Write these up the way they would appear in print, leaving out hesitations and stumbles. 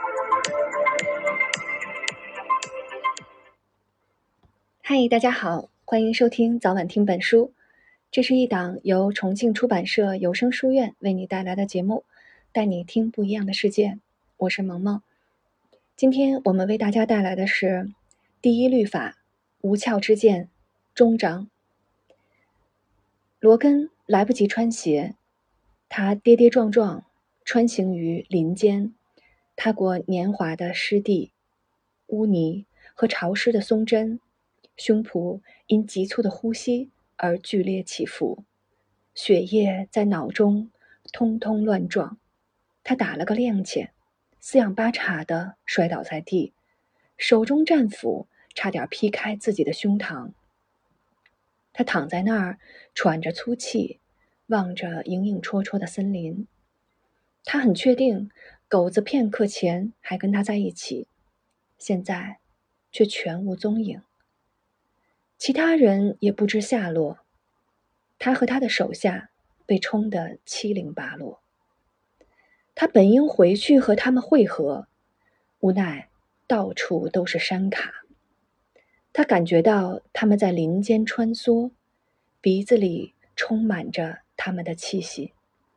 嗨，大家好，欢迎收听早晚听本书。这是一档由重庆出版社有声书院为你带来的节目，带你听不一样的世界。我是萌萌。今天我们为大家带来的是第一律法，无鞘之剑，终章。罗根来不及穿鞋，他跌跌撞撞穿行于林间，踏过年华的湿地、污泥和潮湿的松针，胸脯因急促的呼吸而剧烈起伏，血液在脑中通通乱撞。他打了个踉跄，四仰八叉地摔倒在地，手中战斧差点劈开自己的胸膛。他躺在那儿，喘着粗气，望着影影绰绰的森林。他很确定，狗子片刻前还跟他在一起，现在却全无踪影。其他人也不知下落，他和他的手下被冲得七零八落。他本应回去和他们会合，无奈到处都是山卡。他感觉到他们在林间穿梭，鼻子里充满着他们的气息。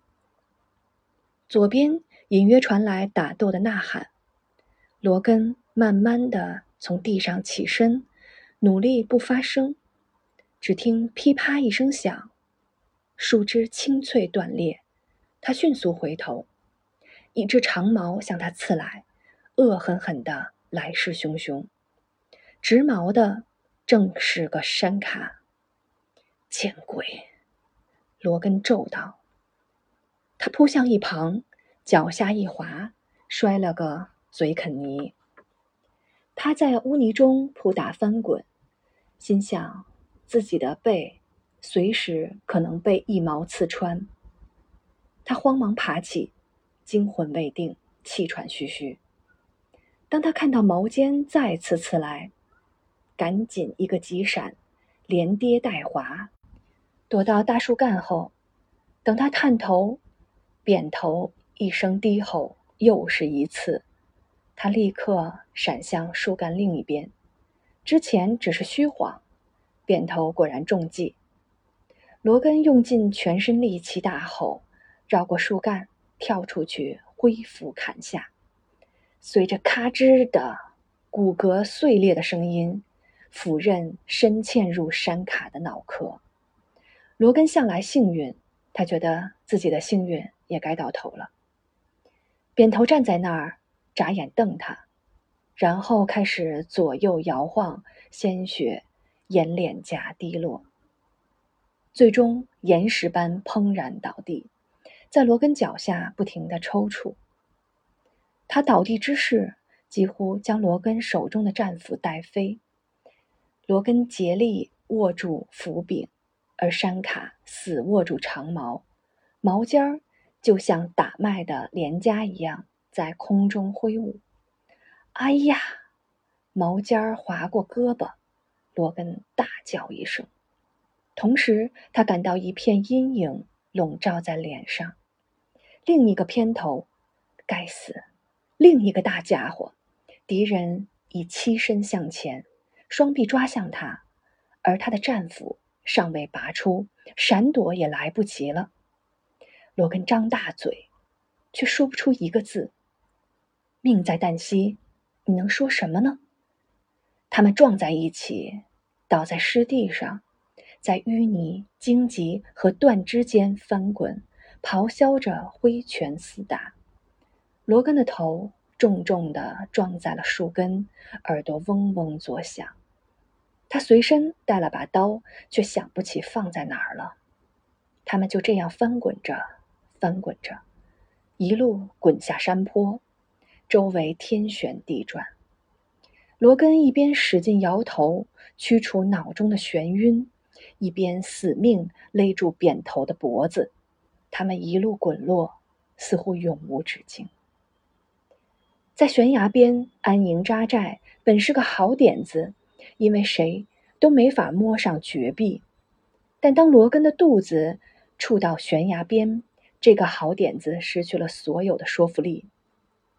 左边隐约传来打斗的呐喊。罗根慢慢地从地上起身，努力不发声。只听噼啪一声响，树枝清脆断裂。他迅速回头，一只长矛向他刺来，恶狠狠地来势汹汹。直矛的正是个山卡。见鬼！罗根咒道。他扑向一旁，脚下一滑，摔了个嘴啃泥。他在污泥中扑打翻滚，心想自己的背随时可能被一矛刺穿。他慌忙爬起，惊魂未定，气喘吁吁。当他看到矛尖再次刺来，赶紧一个急闪，连跌带滑，躲到大树干后。等他探头，扁头一声低吼，又是一刺。他立刻闪向树干另一边，之前只是虚晃，扁头果然中计。罗根用尽全身力气大吼，绕过树干，跳出去挥斧砍下。随着咔吱的骨骼碎裂的声音，斧刃深嵌入山卡的脑壳。罗根向来幸运，他觉得自己的幸运也该到头了。扁头站在那儿，眨眼瞪他，然后开始左右摇晃，鲜血沿脸颊滴落，最终岩石般砰然倒地，在罗根脚下不停地抽搐。他倒地之势几乎将罗根手中的战斧带飞。罗根竭力握住斧柄，而山卡死握住长矛，矛尖儿就像打麦的镰夹一样在空中挥舞。哎呀！矛尖儿划过胳膊，罗根大叫一声，同时他感到一片阴影笼罩在脸上。另一个偏头，该死！另一个大家伙，敌人已欺身向前，双臂抓向他，而他的战斧尚未拔出，闪躲也来不及了。罗根张大嘴，却说不出一个字。命在旦夕，你能说什么呢？他们撞在一起，倒在湿地上，在淤泥、荆棘和断枝间翻滚，咆哮着挥拳厮打。罗根的头重重地撞在了树根，耳朵嗡嗡作响。他随身带了把刀，却想不起放在哪儿了。他们就这样翻滚着，翻滚着，一路滚下山坡，周围天旋地转。罗根一边使劲摇头，驱除脑中的眩晕，一边死命勒住扁头的脖子。他们一路滚落，似乎永无止境。在悬崖边安营扎寨本是个好点子，因为谁都没法摸上绝壁。但当罗根的肚子触到悬崖边，这个好点子失去了所有的说服力。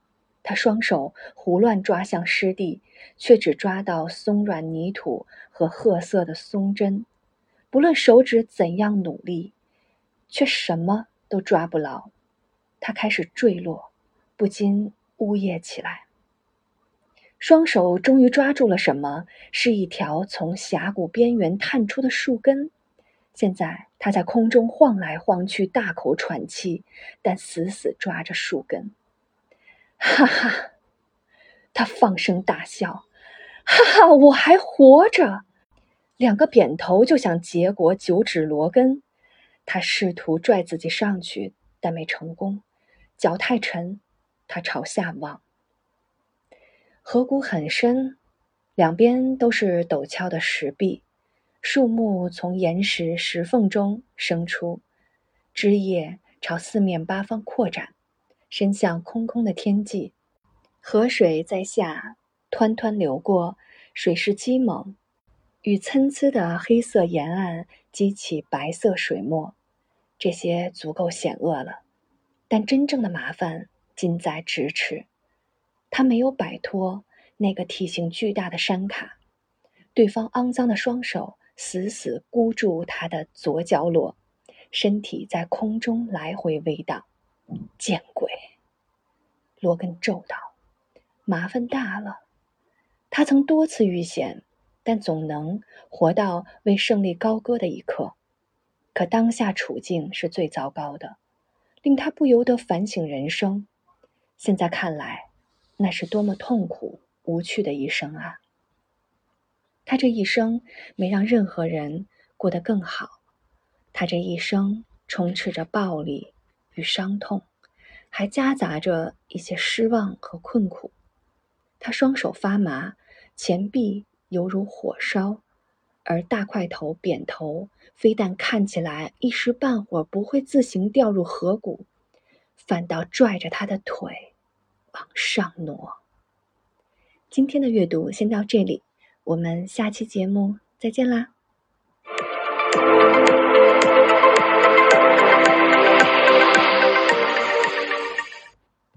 他双手胡乱抓向湿地，却只抓到松软泥土和褐色的松针，不论手指怎样努力，却什么都抓不牢。他开始坠落，不禁呜咽起来。双手终于抓住了什么，是一条从峡谷边缘探出的树根。现在他在空中晃来晃去，大口喘气，但死死抓着树根。哈哈，他放声大笑，哈哈，我还活着！两个扁头就想结果9指罗根。他试图拽自己上去，但没成功，脚太沉，他朝下望。河谷很深，两边都是陡峭的石壁，树木从岩石石缝中生出，枝叶朝四面八方扩展，伸向空空的天际。河水在下湍湍流过，水势激猛，与参差的黑色沿岸激起白色水墨。这些足够险恶了，但真正的麻烦近在咫尺。他没有摆脱那个体型巨大的山卡，对方肮脏的双手死死箍住他的左脚裸，身体在空中来回微荡。见鬼！罗根咒道，麻烦大了。他曾多次遇险，但总能活到为胜利高歌的一刻。可当下处境是最糟糕的，令他不由得反省人生。现在看来，那是多么痛苦无趣的一生啊！他这一生没让任何人过得更好，他这一生充斥着暴力与伤痛，还夹杂着一些失望和困苦。他双手发麻，前臂犹如火烧，而大块头扁头非但看起来一时半会儿不会自行掉入河谷，反倒拽着他的腿往上挪。今天的阅读先到这里，我们下期节目再见啦。